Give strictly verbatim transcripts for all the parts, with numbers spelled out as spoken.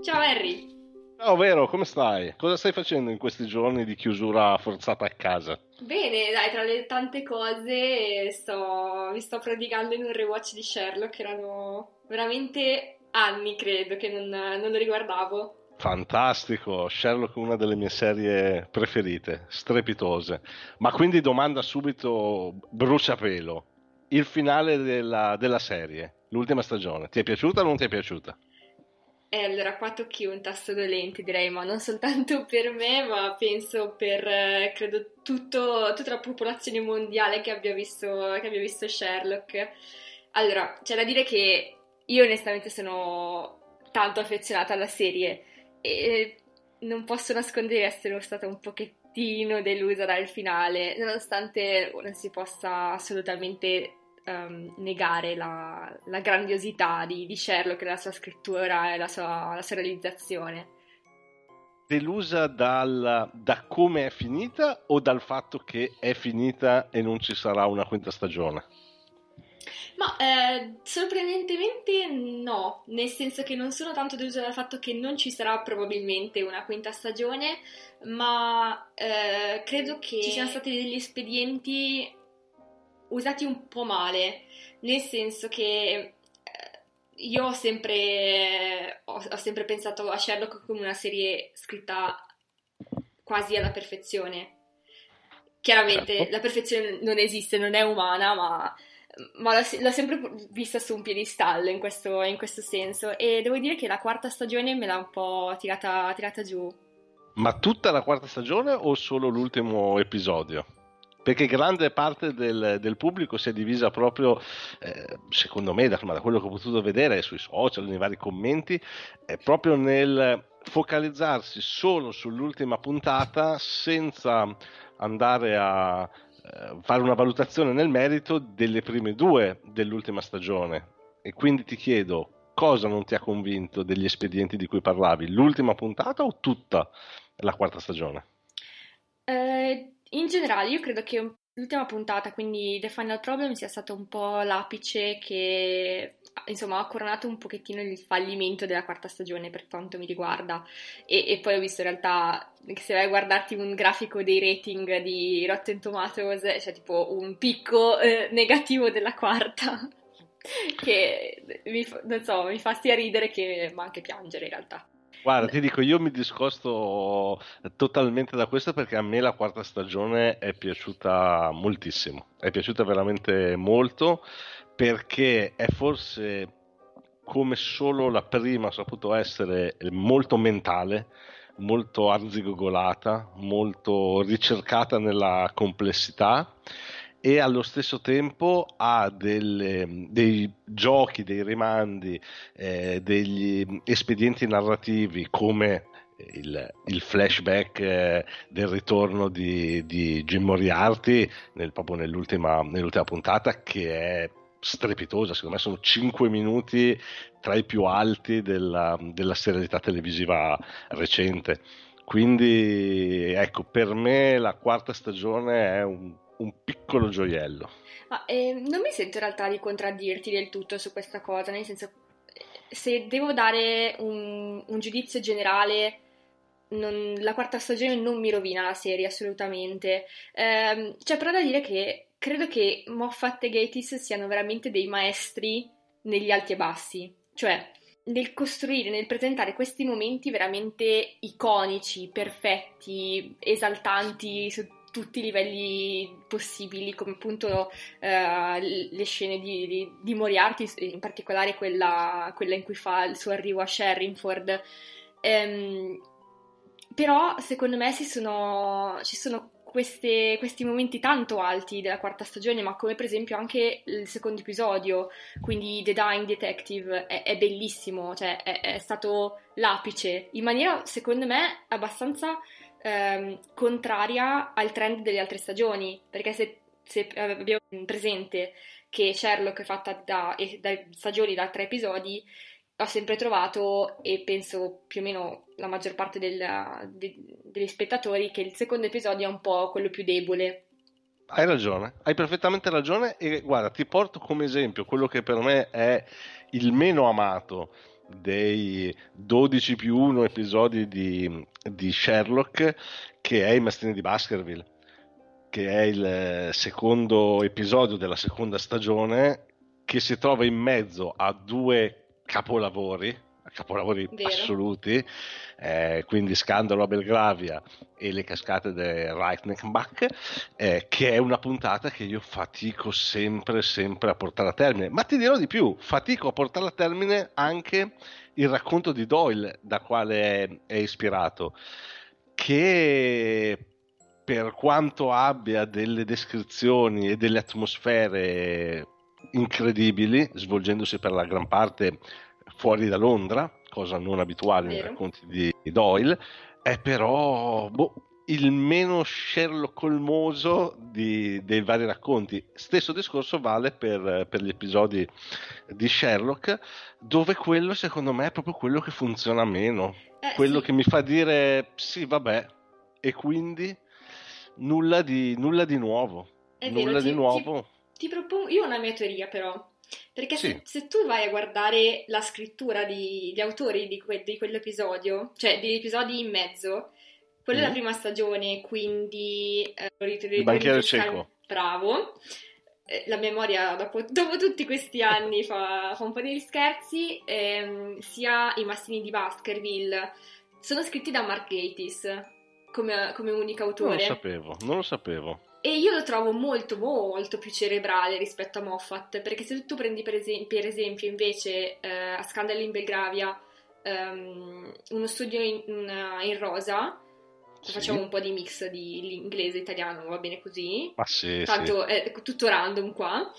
Ciao Harry! Ciao Vero, come stai? Cosa stai facendo in questi giorni di chiusura forzata a casa? Bene, dai, tra le tante cose sto, mi sto prodigando in un rewatch di Sherlock, erano veramente anni, credo, che non, non lo riguardavo. Fantastico, Sherlock è una delle mie serie preferite, strepitose. Ma quindi domanda subito bruciapelo. Il finale della, della serie, l'ultima stagione, ti è piaciuta o non ti è piaciuta? E allora qua tocchi un tasto dolente, direi, ma non soltanto per me, ma penso per, eh, credo, tutto- tutta la popolazione mondiale che abbia visto, che abbia visto Sherlock. Allora, c'è da dire che io onestamente sono tanto affezionata alla serie e non posso nascondere di essere stata un pochettino delusa dal finale, nonostante non si possa assolutamente ehm, negare la, la grandiosità di, di Sherlock, la sua scrittura e la sua, la sua realizzazione. Delusa dal, da come è finita o dal fatto che è finita e non ci sarà una quinta stagione? Ma eh, sorprendentemente no, nel senso che non sono tanto delusa dal fatto che non ci sarà probabilmente una quinta stagione, ma eh, credo che ci siano stati degli espedienti usati un po' male, nel senso che eh, io ho sempre, ho, ho sempre pensato a Sherlock come una serie scritta quasi alla perfezione. Chiaramente Certo. la perfezione non esiste, non è umana, ma, ma l'ho, l'ho sempre vista su un piedistallo in questo, in questo senso. E devo dire che la quarta stagione me l'ha un po' tirata, tirata giù. Ma tutta la quarta stagione o solo l'ultimo episodio? Perché grande parte del, del pubblico si è divisa proprio, eh, secondo me, da, da quello che ho potuto vedere sui social, nei vari commenti, è proprio nel focalizzarsi solo sull'ultima puntata senza andare a eh, fare una valutazione nel merito delle prime due dell'ultima stagione. E quindi ti chiedo, cosa non ti ha convinto degli espedienti di cui parlavi? L'ultima puntata o tutta la quarta stagione? Eh, in generale, io credo che l'ultima puntata, quindi The Final Problem, sia stato un po' l'apice che, insomma, ha coronato un pochettino il fallimento della quarta stagione per quanto mi riguarda. E, e poi ho visto in realtà che se vai a guardarti un grafico dei rating di Rotten Tomatoes, c'è tipo un picco eh, negativo della quarta, che mi, fa- non so, mi fa sia ridere che, ma anche piangere in realtà. Guarda, ti dico, io mi discosto totalmente da questo perché a me la quarta stagione è piaciuta moltissimo, è piaciuta veramente molto perché è forse come solo la prima ha saputo essere molto mentale, molto arzigogolata, molto ricercata nella complessità e allo stesso tempo ha delle- dei giochi, dei rimandi, eh, degli espedienti narrativi come il, il flashback eh, del ritorno di, di Jim Moriarty nel- proprio nell'ultima, nell'ultima puntata che è strepitosa, secondo me sono cinque minuti tra i più alti della, della serialità televisiva recente. Quindi ecco, per me la quarta stagione è un, un piccolo gioiello. Ma eh, non mi sento in realtà di contraddirti del tutto su questa cosa, nel senso, se devo dare un, un giudizio generale, non- la quarta stagione non mi rovina la serie assolutamente. Ehm, c'è però da dire che credo che Moffat e Gatiss siano veramente dei maestri negli alti e bassi, cioè nel costruire, nel presentare questi momenti veramente iconici, perfetti, esaltanti su tutti i livelli possibili, come appunto eh, le scene di, di, di Moriarty, in particolare quella, quella in cui fa il suo arrivo a Sherringford. Ehm, Però secondo me ci sono, ci sono queste- questi momenti tanto alti della quarta stagione, ma come per esempio anche il secondo episodio, quindi The Dying Detective, è, è bellissimo, cioè è, è stato l'apice, in maniera secondo me abbastanza ehm, contraria al trend delle altre stagioni, perché se, se abbiamo presente che Sherlock è fatta da, e- da stagioni da tre episodi, ho sempre trovato, e penso più o meno la maggior parte del- de- degli spettatori, che il secondo episodio è un po' quello più debole. Hai ragione, hai perfettamente ragione e guarda, ti porto come esempio quello che per me è il meno amato dei dodici più uno episodi di, di Sherlock, che è I mastini di Baskerville, che è il secondo episodio della seconda stagione, che si trova in mezzo a due capolavori, capolavori Vero. assoluti, eh, quindi Scandalo a Belgravia e Le cascate del Reichenbach, eh, che è una puntata che io fatico sempre sempre a portare a termine, ma ti dirò di più, fatico a portare a termine anche il racconto di Doyle da quale è, è ispirato, che per quanto abbia delle descrizioni e delle atmosfere incredibili, svolgendosi per la gran parte fuori da Londra, cosa non abituale nei Vero. racconti di Doyle, è però boh, il meno Sherlock Holmeso di, dei vari racconti. Stesso discorso vale per, per gli episodi di Sherlock, dove quello secondo me è proprio quello che funziona meno, Eh, quello sì. che mi fa dire sì vabbè, e quindi nulla di, nulla di nuovo, È vero, nulla di ti, ti, nuovo. ti propongo io ho una mia teoria però, perché Sì, se, se tu vai a guardare la scrittura di- gli autori di, que- di quell'episodio, cioè degli episodi in mezzo, quella è la mm, prima stagione, quindi eh, rit- il devo banchiere rinfrescarmi, cieco. bravo. Eh, la memoria dopo, dopo tutti questi anni fa, fa un po' di scherzi, ehm, sia i Mastini di Baskerville sono scritti da Mark Gatiss come, come unico Non lo autore. sapevo, non lo sapevo. E io lo trovo molto molto più cerebrale rispetto a Moffat, perché se tu prendi per, esem- per esempio invece eh, a Scandalo in Belgravia ehm, uno studio in, in- in rosa, facciamo Sì, un po' di mix di inglese e italiano, va bene così, ma sì, sì. tanto è tutto random qua.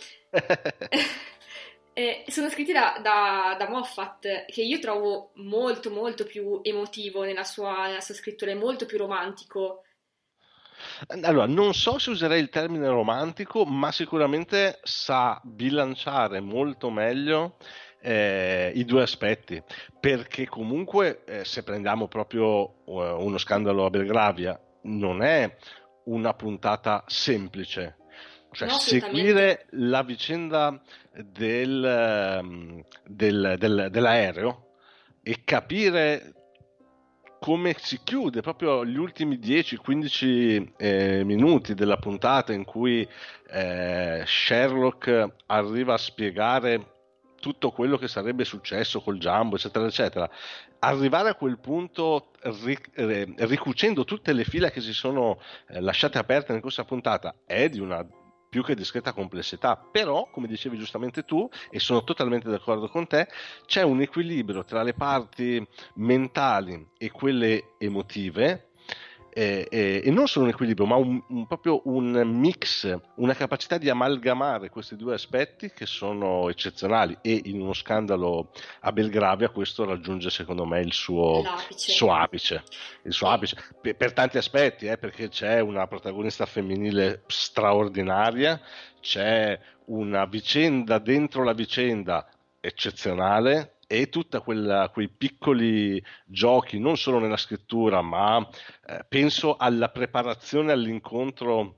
Eh, sono scritti da, da- da Moffat, che io trovo molto molto più emotivo nella sua, nella sua scrittura, è molto più romantico. Allora, non so se userei il termine romantico, ma sicuramente sa bilanciare molto meglio eh, i due aspetti, perché comunque eh, se prendiamo proprio eh, uno scandalo a Belgravia, non è una puntata semplice. Cioè, No, assolutamente. seguire la vicenda del, ehm, del- del- dell'aereo e capire come si chiude proprio gli ultimi dieci quindici eh, minuti della puntata in cui eh, Sherlock arriva a spiegare tutto quello che sarebbe successo col Jumbo, eccetera, eccetera. Arrivare a quel punto ric- eh, ricucendo tutte le fila che si sono eh, lasciate aperte in questa puntata è di una più che discreta complessità, però come dicevi giustamente tu, e sono totalmente d'accordo con te, c'è un equilibrio tra le parti mentali e quelle emotive, eh, eh, e non solo un equilibrio, ma un, un- proprio un mix, una capacità di amalgamare questi due aspetti che sono eccezionali, e in uno scandalo a Belgravia questo raggiunge secondo me il suo, L'apice. suo apice, il suo E apice per, per tanti aspetti, eh, perché c'è una protagonista femminile straordinaria, c'è una vicenda dentro la vicenda eccezionale, e tutta quella, quei piccoli giochi non solo nella scrittura, ma eh, penso alla preparazione all'incontro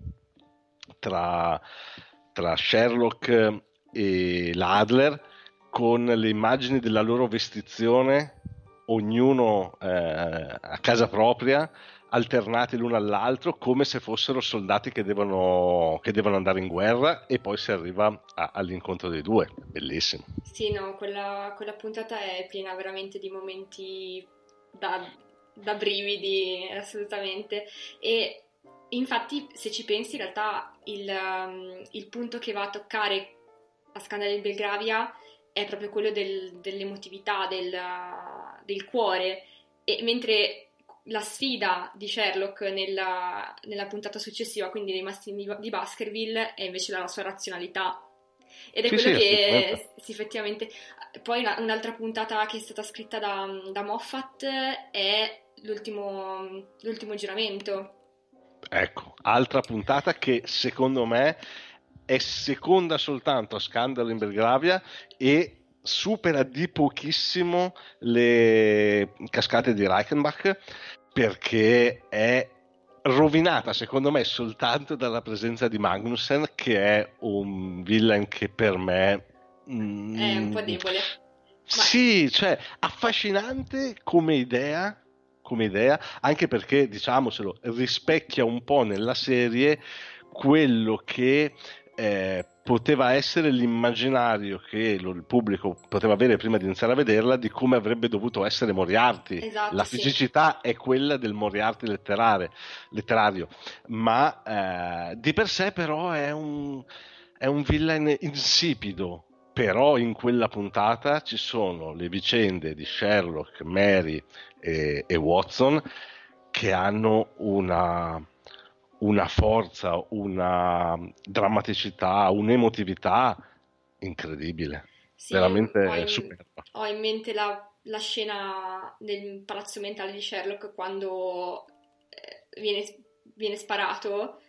tra, tra Sherlock e l'Adler, con le immagini della loro vestizione, ognuno eh, a casa propria, alternati l'uno all'altro, come se fossero soldati che devono, che devono andare in guerra, e poi si arriva a- all'incontro dei due. Bellissimo. sì, no, quella, quella puntata è piena veramente di momenti da, da brividi, assolutamente. E infatti, se ci pensi, in realtà il, um, il punto che va a toccare a Scandalo in Belgravia è proprio quello del- dell'emotività, del, del cuore, e mentre la sfida di Sherlock nella, nella puntata successiva, quindi nei mastini di, di Baskerville, è invece la sua razionalità. Ed è Sì, quello sì, assolutamente. che sì, effettivamente. Poi una- un'altra puntata che è stata scritta da, da Moffat è l'ultimo, l'ultimo giuramento. Ecco, altra puntata che secondo me è seconda soltanto a Scandalo in Belgravia, e supera di pochissimo le cascate di Reichenbach, perché è rovinata secondo me soltanto dalla presenza di Magnussen, che è un villain che per me È un po' mm, debole. Ma Sì, cioè, affascinante come idea, come idea, anche perché, diciamocelo, rispecchia un po' nella serie quello che eh, poteva essere l'immaginario che lo- il pubblico poteva avere prima di iniziare a vederla di come avrebbe dovuto essere Moriarty. esatto, La sì. fisicità è quella del Moriarty letterare- letterario, ma eh, di per sé però è un, è un villain insipido. Però in quella puntata ci sono le vicende di Sherlock, Mary e, e Watson che hanno una, una forza, una drammaticità, un'emotività incredibile, Sì, ho veramente in, superba. ho in mente la, la scena del palazzo mentale di Sherlock quando eh, viene, viene sparato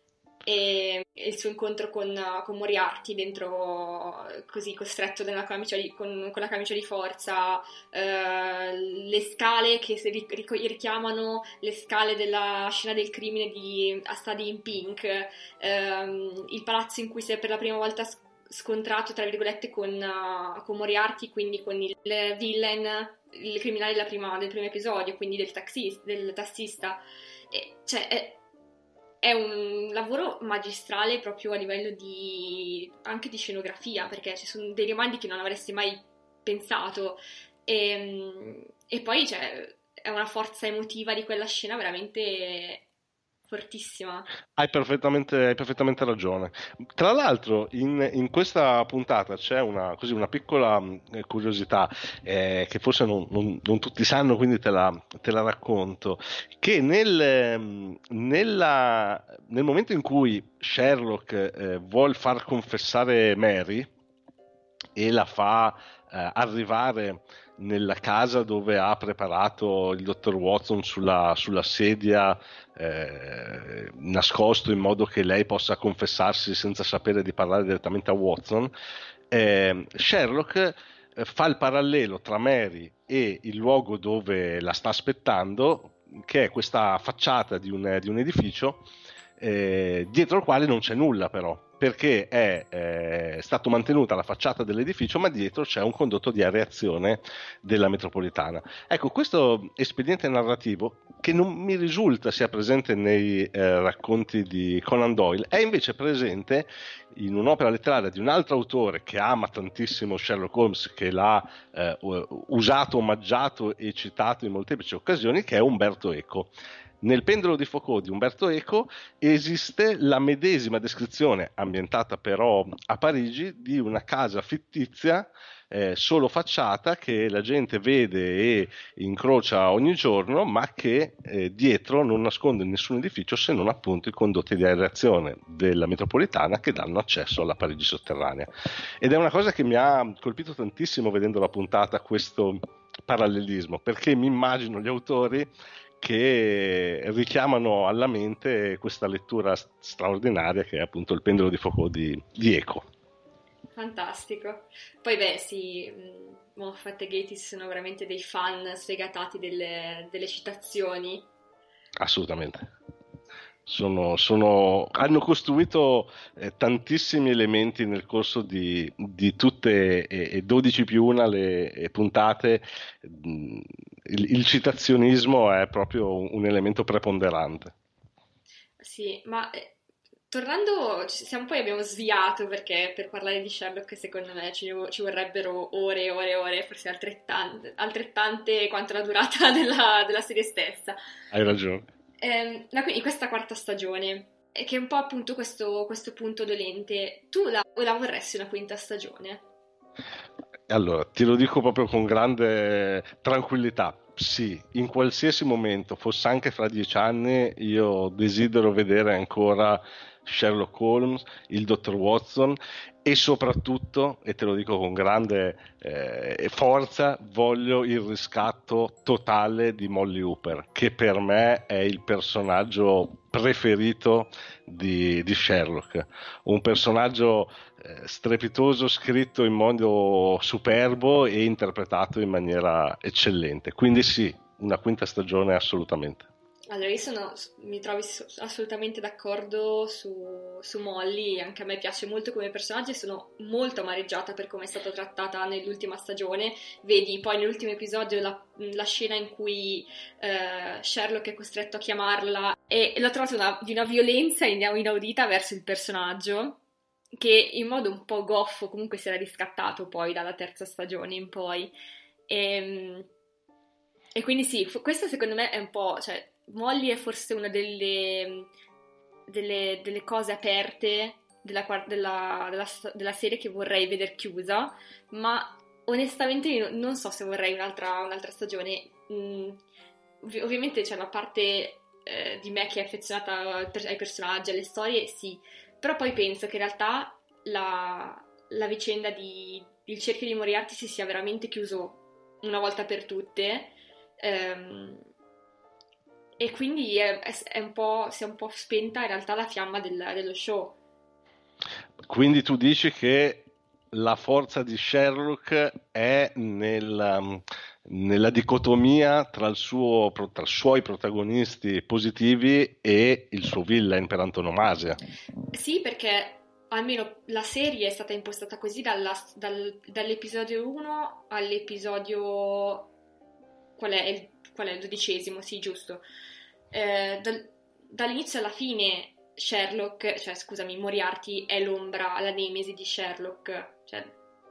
e il suo incontro con, con Moriarty dentro, così costretto nella camicia di- con, con la camicia di forza, eh, le scale che si ri- ric- richiamano le scale della scena del crimine di A Study in Pink, ehm, il palazzo in cui si è per la prima volta s- scontrato, tra virgolette, con, uh, con Moriarty, quindi con il villain, il criminale della prima- del primo episodio, quindi del, taxis- del tassista. E, cioè, è, è un lavoro magistrale proprio a livello di anche di scenografia, perché ci sono dei rimandi che non avresti mai pensato. E, e poi cioè, è una forza emotiva di quella scena veramente fortissima. Hai perfettamente, hai perfettamente ragione. Tra l'altro, in, in questa puntata c'è una, così, una piccola mh, curiosità eh, che forse non, non- non tutti sanno, quindi te la, te la racconto. Che nel, mh, nella- nel momento in cui Sherlock eh, vuol far confessare Mary e la fa eh, arrivare nella casa dove ha preparato il dottor Watson sulla, sulla sedia, eh, nascosto in modo che lei possa confessarsi senza sapere di parlare direttamente a Watson. eh, Sherlock eh, fa il parallelo tra Mary e il luogo dove la sta aspettando, che è questa facciata di un, di un edificio eh, dietro il quale non c'è nulla però, perché è eh, stato mantenuta la facciata dell'edificio, ma dietro c'è un condotto di areazione della metropolitana. Ecco, questo espediente narrativo, che non mi risulta sia presente nei eh, racconti di Conan Doyle, è invece presente in un'opera letteraria di un altro autore che ama tantissimo Sherlock Holmes, che l'ha eh, usato, omaggiato e citato in molteplici occasioni, che è Umberto Eco. Nel Pendolo di Foucault di Umberto Eco esiste la medesima descrizione, ambientata però a Parigi, di una casa fittizia eh, solo facciata che la gente vede e incrocia ogni giorno, ma che eh, dietro non nasconde nessun edificio se non appunto i condotti di aerazione della metropolitana che danno accesso alla Parigi sotterranea. Ed è una cosa che mi ha colpito tantissimo vedendo la puntata, questo parallelismo, perché mi immagino gli autori che richiamano alla mente questa lettura straordinaria che è appunto il pendolo di Foucault di, di Eco. Fantastico. Poi beh, sì, mh, Moffat e Gatiss sono veramente dei fan sfegatati delle, delle citazioni. Assolutamente. Sono, sono- hanno costruito eh, tantissimi elementi nel corso di, di tutte e, e dodici più una le e puntate. Mm, Il, il citazionismo è proprio un, un elemento preponderante. Sì, ma eh, tornando, ci siamo poi abbiamo sviato perché per parlare di Sherlock secondo me ci, ci vorrebbero ore e ore e ore, forse altrettante, altrettante quanto la durata della, della serie stessa. Hai ragione. Ehm, no, quindi questa quarta stagione, e che è un po' appunto questo, questo punto dolente, tu la, la vorresti una quinta stagione? Allora, ti lo dico proprio con grande tranquillità. Sì, in qualsiasi momento, fosse anche fra dieci anni, io desidero vedere ancora Sherlock Holmes, il dottor Watson e soprattutto, e te lo dico con grande eh, forza, voglio il riscatto totale di Molly Hooper, che per me è il personaggio preferito di, di Sherlock. Un personaggio eh, strepitoso, scritto in modo superbo e interpretato in maniera eccellente. Quindi sì, una quinta stagione assolutamente. Allora, io sono, mi trovi s- assolutamente d'accordo su, su Molly, anche a me piace molto come personaggio e sono molto amareggiata per come è stata trattata nell'ultima stagione. Vedi poi nell'ultimo episodio la, la scena in cui eh, Sherlock è costretto a chiamarla e l'ho trovata una- di una violenza in- inaudita verso il personaggio, che in modo un po' goffo comunque si era riscattato poi dalla terza stagione in poi. E, e quindi sì, fu- questo secondo me è un po', cioè, Molly è forse una delle, delle, delle cose aperte della, quar- della- della st- della serie che vorrei vedere chiusa, ma onestamente io non so se vorrei un'altra, un'altra stagione. Mm, ovvi- ovviamente c'è una parte eh, di me che è affezionata ai per- ai personaggi, alle storie, sì, però poi penso che in realtà la, la vicenda di, il cerchio di Moriarty si sia veramente chiuso una volta per tutte. Ehm, e quindi è, è- è un po', si è un po' spenta in realtà la fiamma del- dello show. Quindi tu dici che la forza di Sherlock è nel, um, nella dicotomia tra il suo, tra i suoi protagonisti positivi e il suo villain per antonomasia. Sì, perché almeno la serie è stata impostata così dalla- dal- dall'episodio uno all'episodio... Qual è? Il, qual è il dodicesimo? Sì, giusto. Eh, dal- dall'inizio alla fine Sherlock, cioè scusami, Moriarty è l'ombra, la nemesi di Sherlock, cioè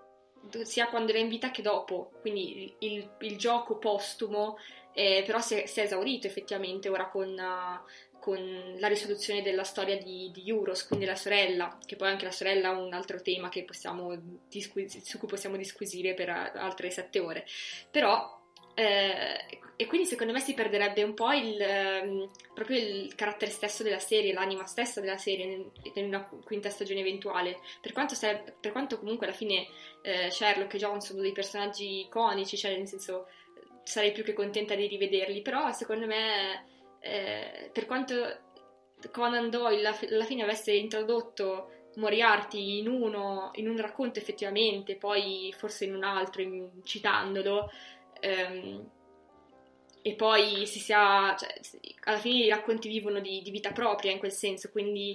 sia quando era in vita che dopo, quindi il, il- il gioco postumo eh, però si è, si è esaurito effettivamente ora con, uh, con la risoluzione della storia di, di Euros, quindi la sorella, che poi anche la sorella è un altro tema che possiamo disqui- su cui possiamo disquisire per uh, altre sette ore, però eh, e quindi secondo me si perderebbe un po' il, ehm, proprio il carattere stesso della serie, l'anima stessa della serie in, in una quinta stagione eventuale, per quanto, se- per quanto comunque alla fine eh, Sherlock e Jones sono dei personaggi iconici, cioè nel senso sarei più che contenta di rivederli, però secondo me eh, per quanto Conan Doyle alla alla fine avesse introdotto Moriarty in uno, in un racconto effettivamente, poi forse in un altro, in- citandolo, ehm, e poi si sia, cioè, alla fine i racconti vivono di, di vita propria in quel senso, quindi...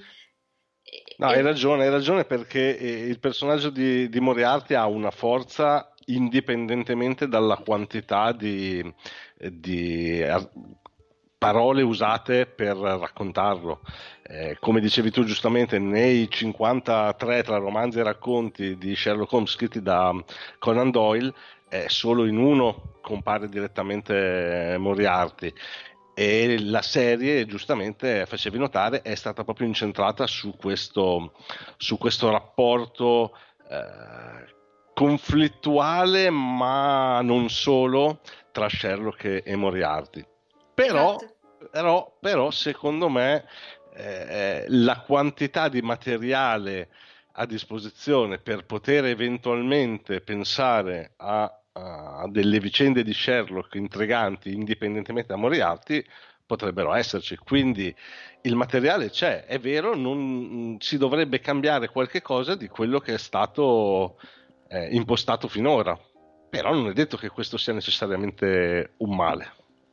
e- No, hai e- ragione, hai ragione perché eh, il personaggio di, di Moriarty ha una forza indipendentemente dalla quantità di, eh, di ar- parole usate per raccontarlo. Eh, come dicevi tu giustamente, nei cinquantatré tra romanzi e racconti di Sherlock Holmes scritti da Conan Doyle, eh, solo in uno compare direttamente Moriarty. E la serie, giustamente facevi notare, è stata proprio incentrata su questo, su questo rapporto eh, conflittuale, ma non solo, tra Sherlock e, e Moriarty. Però, esatto. però, però, secondo me, eh, la quantità di materiale a disposizione per poter eventualmente pensare a, a delle vicende di Sherlock intriganti indipendentemente da Moriarty potrebbero esserci. Quindi il materiale c'è, è vero, non si dovrebbe cambiare qualche cosa di quello che è stato eh, impostato finora, però non è detto che questo sia necessariamente un male.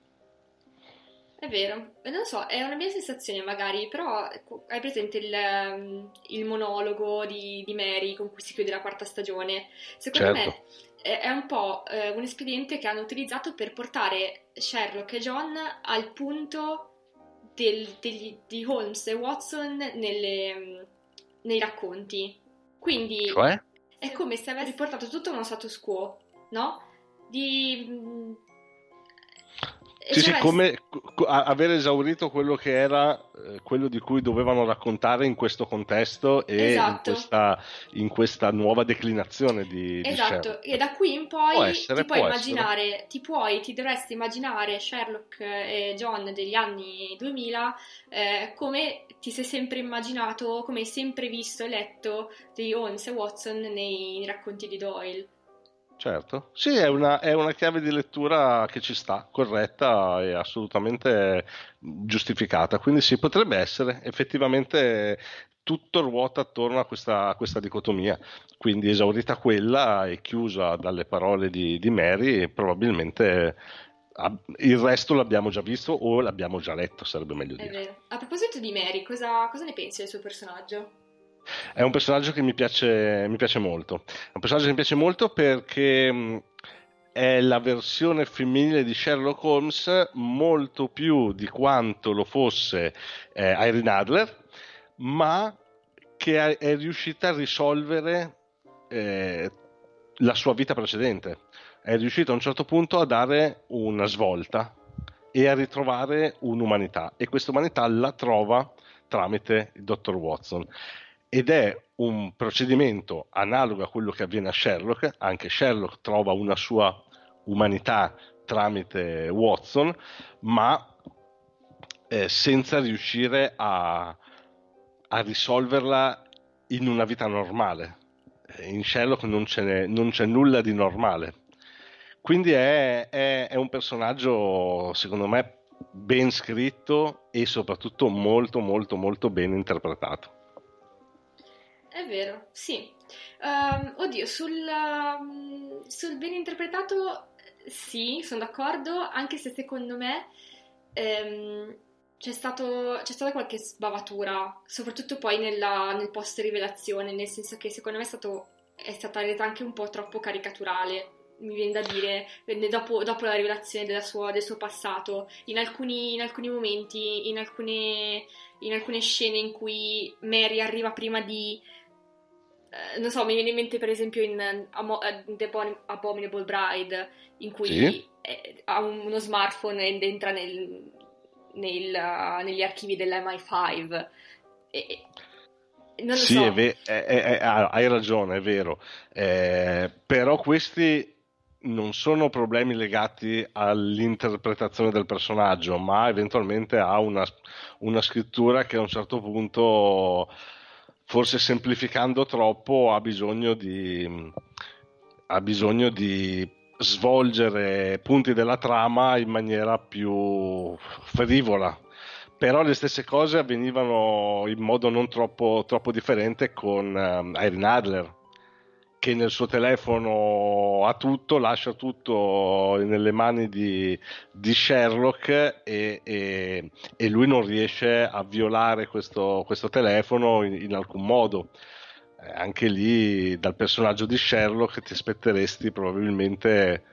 È vero, e non so, è una mia sensazione magari, però ecco, hai presente il, ehm, il monologo di, di Mary con cui si chiude la quarta stagione? Secondo Certo. me è, è un po' eh, un espediente che hanno utilizzato per portare Sherlock e John al punto del- degli- di Holmes e Watson nelle, mm, nei racconti. Quindi Cioè? è come se avesse riportato tutto a uno status quo, no? Di... mm, e Sì, ci sì, avesse... come co- a- aver esaurito quello che era eh, quello di cui dovevano raccontare in questo contesto e in Esatto. questa, in questa nuova declinazione di, di Esatto, e Sherlock. da qui in Può poi ti essere, puoi può essere. immaginare, ti puoi, ti dovresti immaginare Sherlock e John degli anni duemila eh, come ti sei sempre immaginato, come hai sempre visto e letto di Holmes e Watson nei racconti di Doyle. Certo, sì, è una, è una chiave di lettura che ci sta, corretta e assolutamente giustificata. Quindi sì, potrebbe essere. Effettivamente tutto ruota attorno a questa, a questa dicotomia. Quindi esaurita quella e chiusa dalle parole di, di Mary, probabilmente Il resto l'abbiamo già visto o l'abbiamo già letto, sarebbe meglio È dire. vero. A proposito di Mary, cosa, cosa ne pensi del suo personaggio? È un personaggio che mi piace, mi piace molto. È un personaggio che mi piace molto perché mh, è la versione femminile di Sherlock Holmes molto più di quanto lo fosse eh, Irene Adler, ma che è, è riuscita a risolvere eh, la sua vita precedente. È riuscita a un certo punto a dare una svolta e a ritrovare un'umanità, e questa umanità la trova tramite il dottor Watson, ed è un procedimento analogo a quello che avviene a Sherlock. Anche Sherlock trova una sua umanità tramite Watson, ma eh, senza riuscire a, a risolverla in una vita normale. In Sherlock non, ce n'è, non c'è nulla di normale. Quindi è, è, è un personaggio, secondo me, ben scritto e soprattutto molto, molto, molto ben interpretato. È vero, sì. Ehm, oddio, sul, um, sul ben interpretato, eh, sì, sono d'accordo, anche se secondo me ehm, c'è stato, c'è stata qualche sbavatura, soprattutto poi nella- nel post rivelazione, nel senso che secondo me è stato, è stata resa anche un po' troppo caricaturale. Mi viene da dire, eh, dopo, dopo la rivelazione della sua- del suo passato, in alcuni, in alcuni momenti, in alcune, in alcune scene in cui Mary arriva prima di eh, non so, mi viene in mente per esempio in eh, Amo- eh, The Abom- Abominable Bride, in Sì? cui eh, ha un- uno smartphone ed entra nel- nel, uh, negli archivi dell'M I cinque. E, e- non lo Sì, è so. ve- è- è- è- ah, hai ragione, è vero. Eh, però questi non sono problemi legati all'interpretazione del personaggio, ma eventualmente a una, una scrittura che a un certo punto, forse semplificando troppo, ha bisogno di, ha bisogno di svolgere punti della trama in maniera più frivola. Però le stesse cose avvenivano in modo non troppo, troppo differente con um, Irene Adler, che nel suo telefono ha tutto, lascia tutto nelle mani di, di Sherlock, e, e- e lui non riesce a violare questo, questo telefono in, in alcun modo. Eh, anche lì, dal personaggio di Sherlock ti aspetteresti probabilmente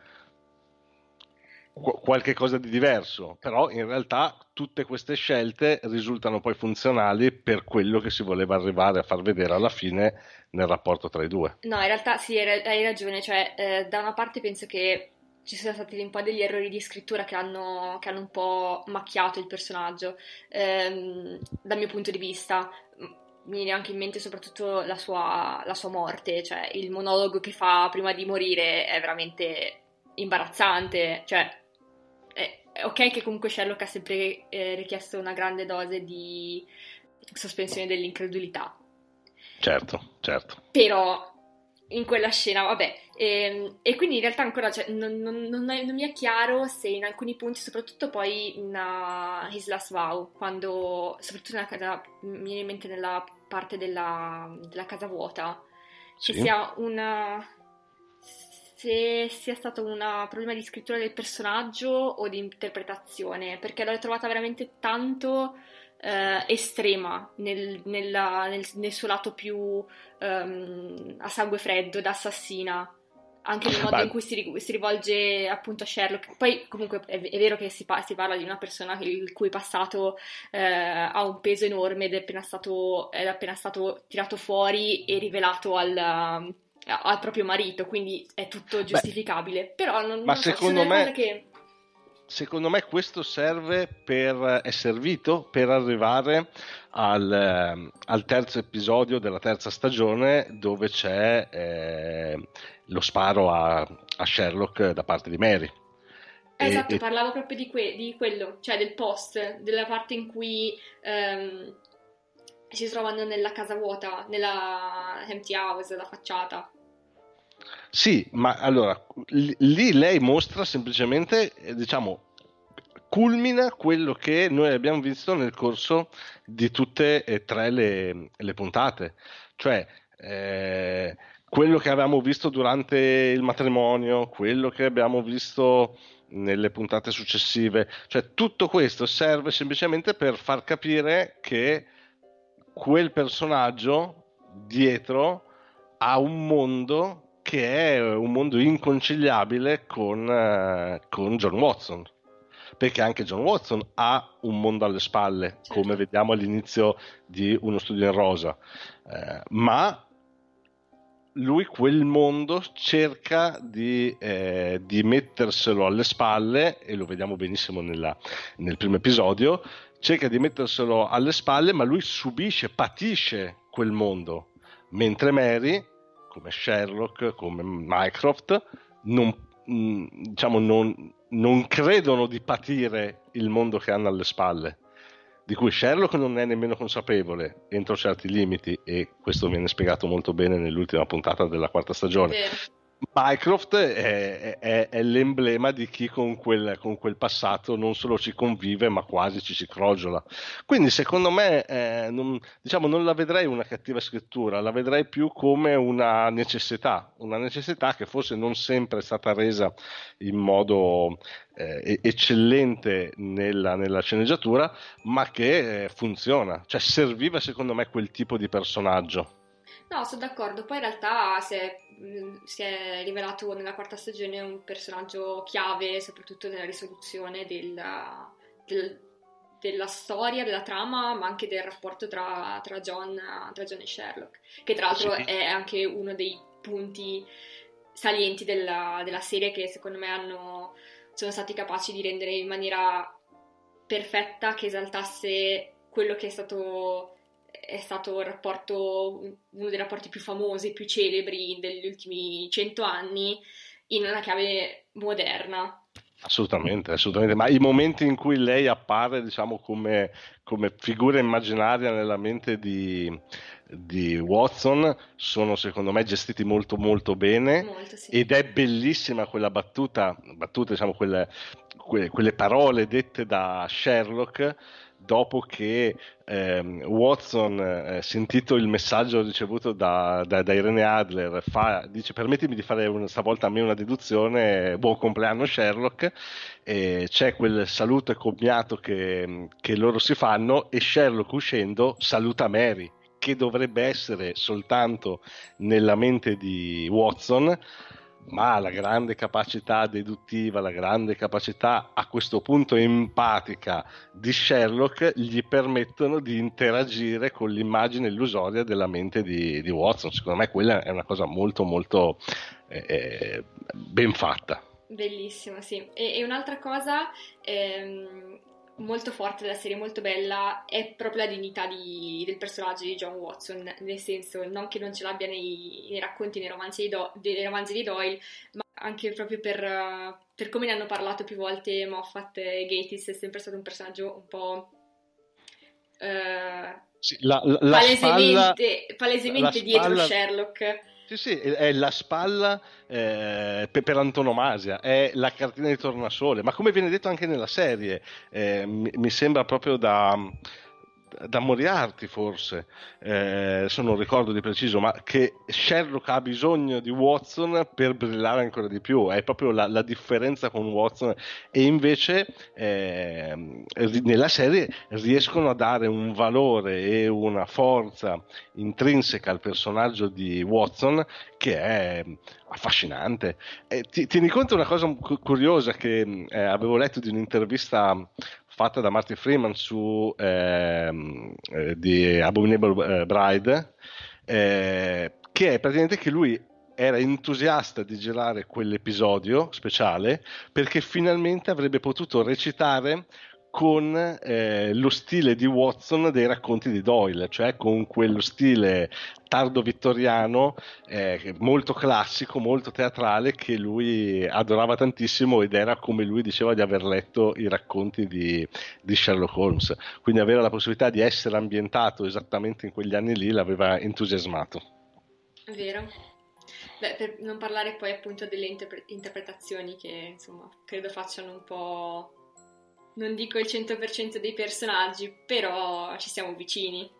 qu- qualche cosa di diverso, però in realtà tutte queste scelte risultano poi funzionali per quello che si voleva arrivare a far vedere alla fine nel rapporto tra i due. No, in realtà sì, hai ra- hai ragione, cioè eh, da una parte penso che ci siano stati un po' degli errori di scrittura che hanno, che hanno un po' macchiato il personaggio, ehm, dal mio punto di vista. Mi viene anche in mente soprattutto la sua, la sua morte, cioè il monologo che fa prima di morire è veramente imbarazzante, cioè è, è ok che comunque Sherlock ha sempre eh, richiesto una grande dose di sospensione dell'incredulità, Certo, certo. però in quella scena, vabbè, ehm, e quindi in realtà ancora cioè, non, non- non è- non mi è chiaro se in alcuni punti, soprattutto poi in uh, His Last Vow, quando, soprattutto nella casa, mi viene in mente nella parte della, della casa vuota, se Sì. sia una, se sia stato un problema di scrittura del personaggio o di interpretazione, perché l'ho trovata veramente tanto eh, estrema nel, nella- nel- nel suo lato più ehm, a sangue freddo, da assassina, anche nel modo Ma, in cui si, ri- si rivolge appunto a Sherlock. Poi comunque è, è vero che si, pa- si parla di una persona che- il cui passato eh, ha un peso enorme ed è appena stato, è appena stato tirato fuori e rivelato al, al proprio marito, quindi è tutto beh, giustificabile. Però non, ma non so, ci sono secondo delle cose me che... secondo me questo serve per, è servito per arrivare al, ehm, al terzo episodio della terza stagione, dove c'è eh, lo sparo a, a Sherlock da parte di Mary. E, Esatto, e parlavo proprio di, que- di quello, cioè del post, della parte in cui ehm, si trovano nella casa vuota, nella empty house, la facciata. Sì, ma allora lì lì lei mostra semplicemente, eh, diciamo, culmina quello che noi abbiamo visto nel corso di tutte e tre le, le puntate, cioè eh, quello che avevamo visto durante il matrimonio, quello che abbiamo visto nelle puntate successive, cioè tutto questo serve semplicemente per far capire che quel personaggio dietro ha un mondo che è un mondo inconciliabile con, eh, con John Watson, perché anche John Watson ha un mondo alle spalle, Certo. come vediamo all'inizio di Uno studio in rosa, eh, ma lui quel mondo cerca di, eh, di metterselo alle spalle, e lo vediamo benissimo nella, nel primo episodio, cerca di metterselo alle spalle, ma lui subisce, patisce quel mondo, mentre Mary, come Sherlock, come Mycroft, non, mh, diciamo, non, non credono di patire il mondo che hanno alle spalle, di cui Sherlock non è nemmeno consapevole entro certi limiti, e questo viene spiegato molto bene nell'ultima puntata della quarta stagione. Vero. Mycroft è, è, è l'emblema di chi con quel, con quel passato non solo ci convive, ma quasi ci si crogiola. Quindi secondo me eh, non, diciamo, non la vedrei una cattiva scrittura, la vedrei più come una necessità, una necessità che forse non sempre è stata resa in modo eh, eccellente nella, nella sceneggiatura, ma che eh, funziona, cioè serviva secondo me quel tipo di personaggio. No, sono d'accordo. Poi in realtà si è, mh, si è rivelato nella quarta stagione un personaggio chiave, soprattutto nella risoluzione della, del- della storia, della trama, ma anche del rapporto tra, tra John, tra John e Sherlock, che tra l'altro Sì. è anche uno dei punti salienti della, della serie che secondo me hanno, sono stati capaci di rendere in maniera perfetta, che esaltasse quello che è stato è stato il rapporto, uno dei rapporti più famosi, più celebri degli ultimi cento anni, in una chiave moderna. Assolutamente, assolutamente, ma i momenti in cui lei appare, diciamo, come, come figura immaginaria nella mente di, di Watson sono secondo me gestiti molto molto bene, Molto, sì. ed è bellissima quella battuta, battuta diciamo, quelle, que- quelle parole dette da Sherlock dopo che ehm, Watson, eh, sentito il messaggio ricevuto da, da- da Irene Adler, fa, dice: permettimi di fare una, stavolta a me una deduzione, buon compleanno Sherlock, e c'è quel saluto e commiato che, che loro si fanno, e Sherlock uscendo saluta Mary, che dovrebbe essere soltanto nella mente di Watson, ma la grande capacità deduttiva, la grande capacità a questo punto empatica di Sherlock gli permettono di interagire con l'immagine illusoria della mente di, di Watson. Secondo me quella è una cosa molto molto eh, eh, ben fatta. Bellissimo, sì. E, e un'altra cosa ehm, molto forte della serie, molto bella, è proprio la dignità di- del personaggio di John Watson, nel senso, non che non ce l'abbia nei, nei racconti, nei romanzi di, Do- dei romanzi di Doyle, ma anche proprio per, eh, per come ne hanno parlato più volte Moffat e Gatiss. È sempre stato un personaggio un po' eh, Sì, la, la- la spalla, palesemente, la palesemente dietro spalla, Sherlock. sì, sì, è è la spalla eh, per, per antonomasia, è la cartina di tornasole, ma come viene detto anche nella serie, eh, mi, mi sembra proprio da, da Moriarty forse, eh, se non ricordo di preciso, ma che Sherlock ha bisogno di Watson per brillare ancora di più, è proprio la, la differenza con Watson, e invece eh, nella serie riescono a dare un valore e una forza intrinseca al personaggio di Watson che è affascinante. E ti, tieni conto una cosa cu- curiosa che eh, avevo letto di un'intervista fatta da Martin Freeman su ehm, eh, di Abominable eh, Bride, eh, che è praticamente che lui era entusiasta di girare quell'episodio speciale perché finalmente avrebbe potuto recitare con eh, lo stile di Watson dei racconti di Doyle, cioè con quello stile tardo vittoriano, eh, molto classico, molto teatrale, che lui adorava tantissimo, ed era come lui diceva di aver letto i racconti di, di Sherlock Holmes. Quindi avere la possibilità di essere ambientato esattamente in quegli anni lì l'aveva entusiasmato. Vero. Beh, per non parlare poi appunto delle interpre- interpretazioni che insomma credo facciano un po', non dico il cento per cento dei personaggi, però ci siamo vicini.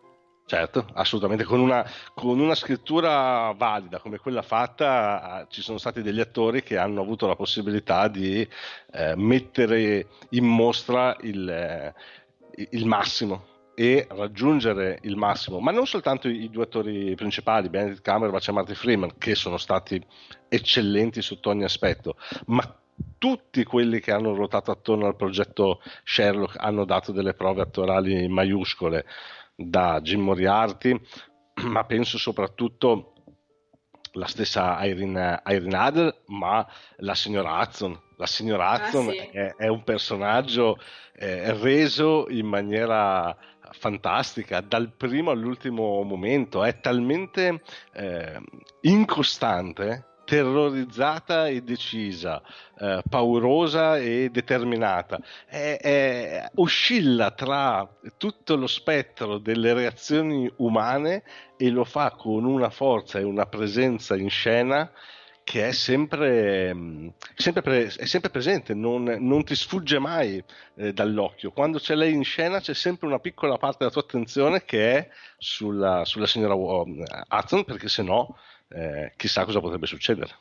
Certo, assolutamente, con una, con una scrittura valida come quella fatta, eh, ci sono stati degli attori che hanno avuto la possibilità di eh, mettere in mostra il, eh, il massimo e raggiungere il massimo, ma non soltanto i, i due attori principali, Benedict Cumberbatch e Martin Freeman, che sono stati eccellenti sotto ogni aspetto, ma tutti quelli che hanno ruotato attorno al progetto Sherlock hanno dato delle prove attorali maiuscole, da Jim Moriarty, ma penso soprattutto la stessa Irene, Irene Adler, ma la signora Hudson. La signora Ah Hudson sì, è, è un personaggio eh, reso in maniera fantastica dal primo all'ultimo momento, è talmente eh, incostante, terrorizzata e decisa, eh, paurosa e determinata, è, è- oscilla tra tutto lo spettro delle reazioni umane e lo fa con una forza e una presenza in scena che è sempre, mh, sempre pre- è sempre presente, non, non ti sfugge mai eh, dall'occhio. Quando c'è lei in scena c'è sempre una piccola parte della tua attenzione che è sulla, sulla signora Wa- Hudson, perché se no eh, chissà cosa potrebbe succedere.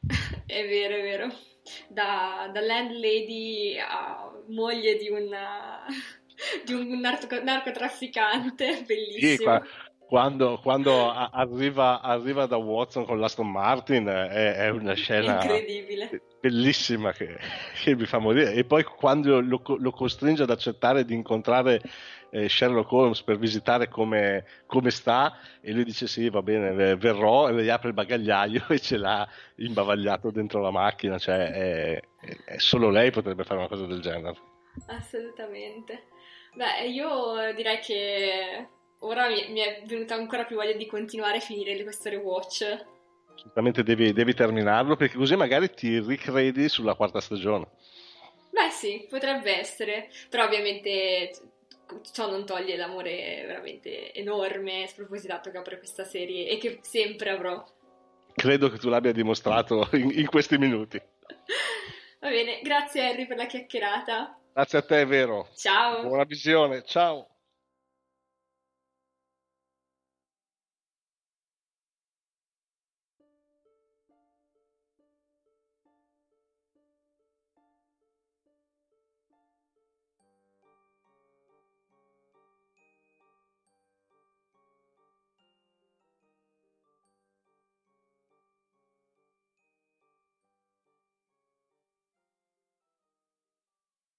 è vero, è vero. Da, da landlady a moglie di una, di un narco- narcotrafficante, Sì, qua- bellissimo. quando, quando a- arriva, arriva da Watson con l'Aston Martin eh, è, è una scena Incredibile. bellissima che, che mi fa morire. E poi quando lo, lo costringe ad accettare di incontrare eh, Sherlock Holmes per visitare come, come sta, e lui dice sì, va bene, eh, verrò, e lei apre il bagagliaio e ce l'ha imbavagliato dentro la macchina. Cioè, è- è- è solo lei potrebbe fare una cosa del genere. Assolutamente. Beh, io direi che ora mi, mi è venuta ancora più voglia di continuare a finire questo rewatch. Assolutamente devi, devi terminarlo perché così magari ti ricredi sulla quarta stagione. Beh, sì, potrebbe essere, però ovviamente ciò non toglie l'amore veramente enorme e spropositato che ho per questa serie e che sempre avrò. Credo che tu l'abbia dimostrato in, in questi minuti. Va bene, grazie Harry per la chiacchierata. Grazie a te, è vero. Ciao! Buona visione, ciao.